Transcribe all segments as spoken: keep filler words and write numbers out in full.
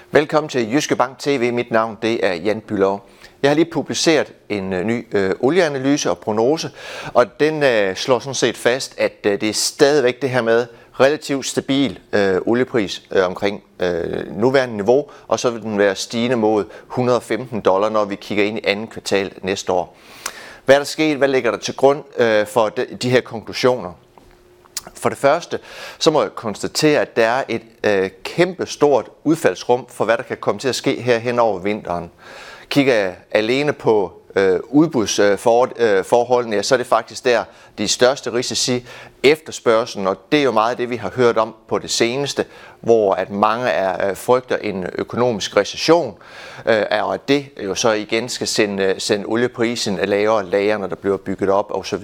Velkommen til Jyske Bank T V. Mit navn det er Jan Bülow. Jeg har lige publiceret en øh, ny øh, olieanalyse og prognose, og den øh, slår sådan set fast, at øh, det er stadigvæk det her med relativt stabil øh, oliepris øh, omkring øh, nuværende niveau, og så vil den være stigende mod et hundrede og femten dollar, når vi kigger ind i anden kvartal næste år. Hvad er der sket? Hvad ligger der til grund øh, for de, de her konklusioner? For det første, så må jeg konstatere, at der er et øh, kæmpe stort udfaldsrum for, hvad der kan komme til at ske her hen over vinteren. Kigger jeg alene på øh, udbudsforholdene, øh, så er det faktisk der de største risici efterspørgselen, og det er jo meget det, vi har hørt om på det seneste, hvor at mange er, øh, frygter en økonomisk recession, øh, og at det jo så igen skal sende, sende olieprisen lavere lager, når der bliver bygget op osv.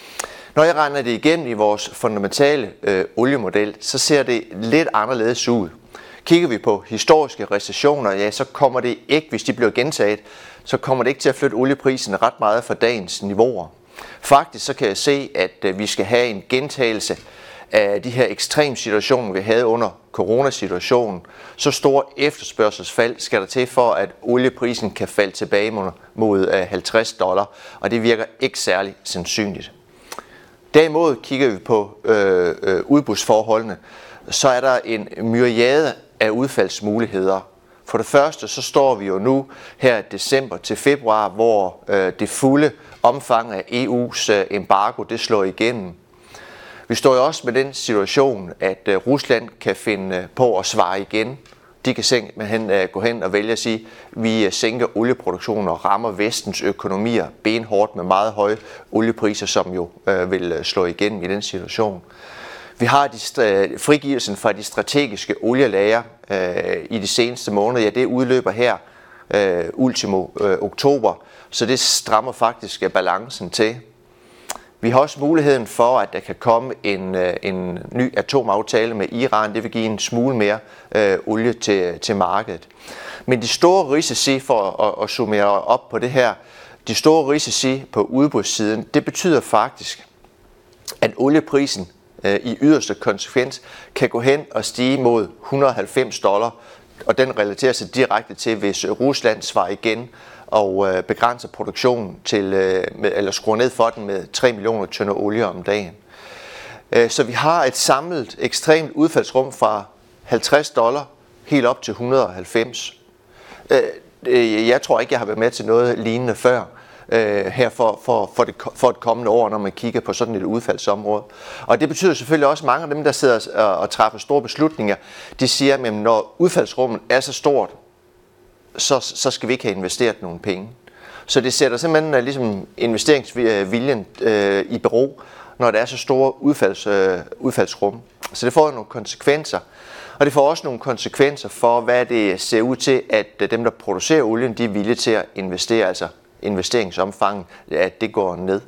Når jeg regner det igennem i vores fundamentale øh, oliemodel, så ser det lidt anderledes ud. Kigger vi på historiske recessioner, ja, så kommer det ikke, hvis de bliver gentaget, så kommer det ikke til at flytte olieprisen ret meget fra dagens niveauer. Faktisk så kan jeg se, at øh, vi skal have en gentagelse af de her ekstreme situationer, vi havde under coronasituationen. Så stor efterspørgselsfald skal der til for, at olieprisen kan falde tilbage mod, mod øh, halvtreds dollar, og det virker ikke særlig sandsynligt. Derimod kigger vi på øh, øh, udbudsforholdene, så er der en myriade af udfaldsmuligheder. For det første så står vi jo nu her december til februar, hvor øh, det fulde omfang af E U's øh, embargo det slår igennem. Vi står jo også med den situation, at øh, Rusland kan finde øh, på at svare igen. De kan simpelthen øh, gå hen og vælge at sige, at vi øh, sænker olieproduktionen og rammer vestens økonomier benhårdt med meget høje oliepriser, som jo øh, vil øh, slå igennem i den situation. Vi har de, øh, frigivelsen fra de strategiske olielager øh, i de seneste måneder. Ja, det udløber her øh, ultimo øh, oktober, så det strammer faktisk øh, balancen til. Vi har også muligheden for, at der kan komme en, øh, en ny atomaftale med Iran. Det vil give en smule mere øh, olie til, til markedet. Men de store risici, for at, at summere op på det her, de store risici på udbudssiden, det betyder faktisk, at olieprisen i yderste konsekvens kan gå hen og stige mod et hundrede og halvfems dollar, og den relaterer sig direkte til, hvis Rusland svarer igen og begrænser produktionen til, eller skruer ned for den med tre millioner tønder olie om dagen. Så vi har et samlet ekstremt udfaldsrum fra halvtreds dollar helt op til et hundrede og halvfems. Jeg tror ikke, jeg har været med til noget lignende før. Uh, her for, for, for, det, for et kommende år, når man kigger på sådan et udfaldsområde. Og det betyder selvfølgelig også, at mange af dem, der sidder og, og træffer store beslutninger, de siger, at når udfaldsrummet er så stort, så, så skal vi ikke have investeret nogle penge. Så det sætter simpelthen uh, ligesom investeringsviljen uh, i bero, når der er så store udfalds, uh, udfaldsrum. Så det får nogle konsekvenser. Og det får også nogle konsekvenser for, hvad det ser ud til, at uh, dem, der producerer olien, de er villige til at investere, altså investeringsomfanget, at det går ned.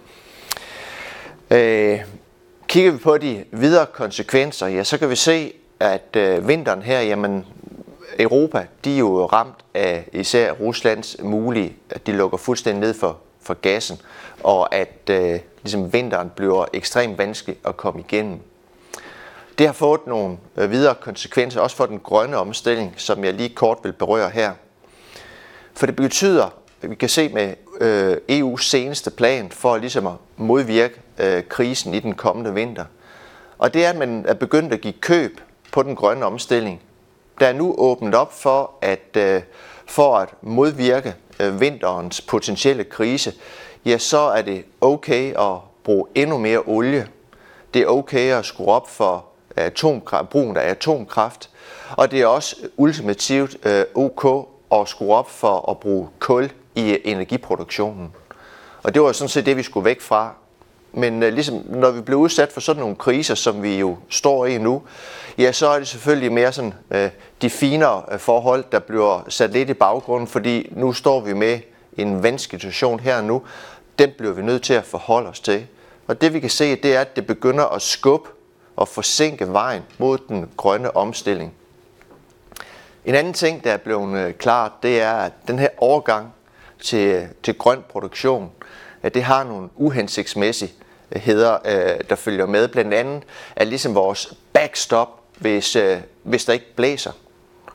Øh, kigger vi på de videre konsekvenser, ja, så kan vi se, at øh, vinteren her, jamen Europa, de er jo ramt af især Ruslands mulige, at de lukker fuldstændig ned for, for gassen, og at øh, ligesom vinteren bliver ekstremt vanskelig at komme igennem. Det har fået nogle øh, videre konsekvenser, også for den grønne omstilling, som jeg lige kort vil berøre her. For det betyder, vi kan se med øh, E U's seneste plan for ligesom at modvirke øh, krisen i den kommende vinter. Og det er, at man er begyndt at give køb på den grønne omstilling. Der er nu åbnet op for, at øh, for at modvirke øh, vinterens potentielle krise, ja, så er det okay at bruge endnu mere olie. Det er okay at skrue op for atomkraft, brugen af atomkraft. Og det er også ultimativt øh, ok at skrue op for at bruge kul i energiproduktionen. Og det var sådan set det, vi skulle væk fra. Men uh, ligesom når vi bliver udsat for sådan nogle kriser, som vi jo står i nu, ja, så er det selvfølgelig mere sådan uh, de finere uh, forhold, der bliver sat lidt i baggrunden, fordi nu står vi med en vanskelig situation her og nu. Den bliver vi nødt til at forholde os til. Og det vi kan se, det er, at det begynder at skubbe og forsinke vejen mod den grønne omstilling. En anden ting, der er blevet klart, det er, at den her overgang til, til grøn produktion, at det har nogle uhensigtsmæssigheder, der følger med. Blandt andet er ligesom vores backstop, hvis, hvis der ikke blæser.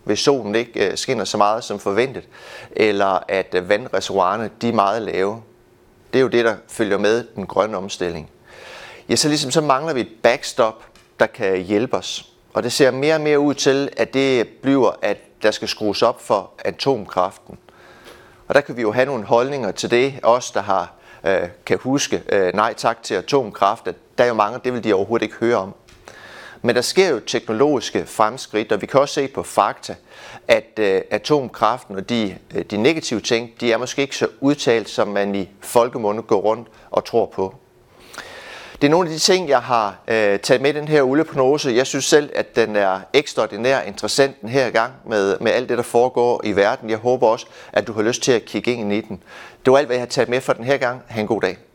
hvis solen ikke skinner så meget som forventet, eller at vandreservoirerne de er meget lave. Det er jo det, der følger med den grønne omstilling. Ja, så ligesom så mangler vi et backstop, der kan hjælpe os. Og det ser mere og mere ud til, at det bliver, at der skal skrues op for atomkraften. Og der kan vi jo have nogle holdninger til det, os der har, øh, kan huske øh, nej tak til atomkraft, at der er jo mange, det vil de overhovedet ikke høre om. Men der sker jo teknologiske fremskridt, og vi kan også se på fakta, at øh, atomkraften og de, øh, de negative ting, de er måske ikke så udtalt, som man i folkemunde går rundt og tror på. Det er nogle af de ting, jeg har øh, taget med i den her olieprognose. Jeg synes selv, at den er ekstraordinært interessant den her gang med, med alt det, der foregår i verden. Jeg håber også, at du har lyst til at kigge ind i den. Det var alt, hvad jeg har taget med for den her gang. Ha' en god dag.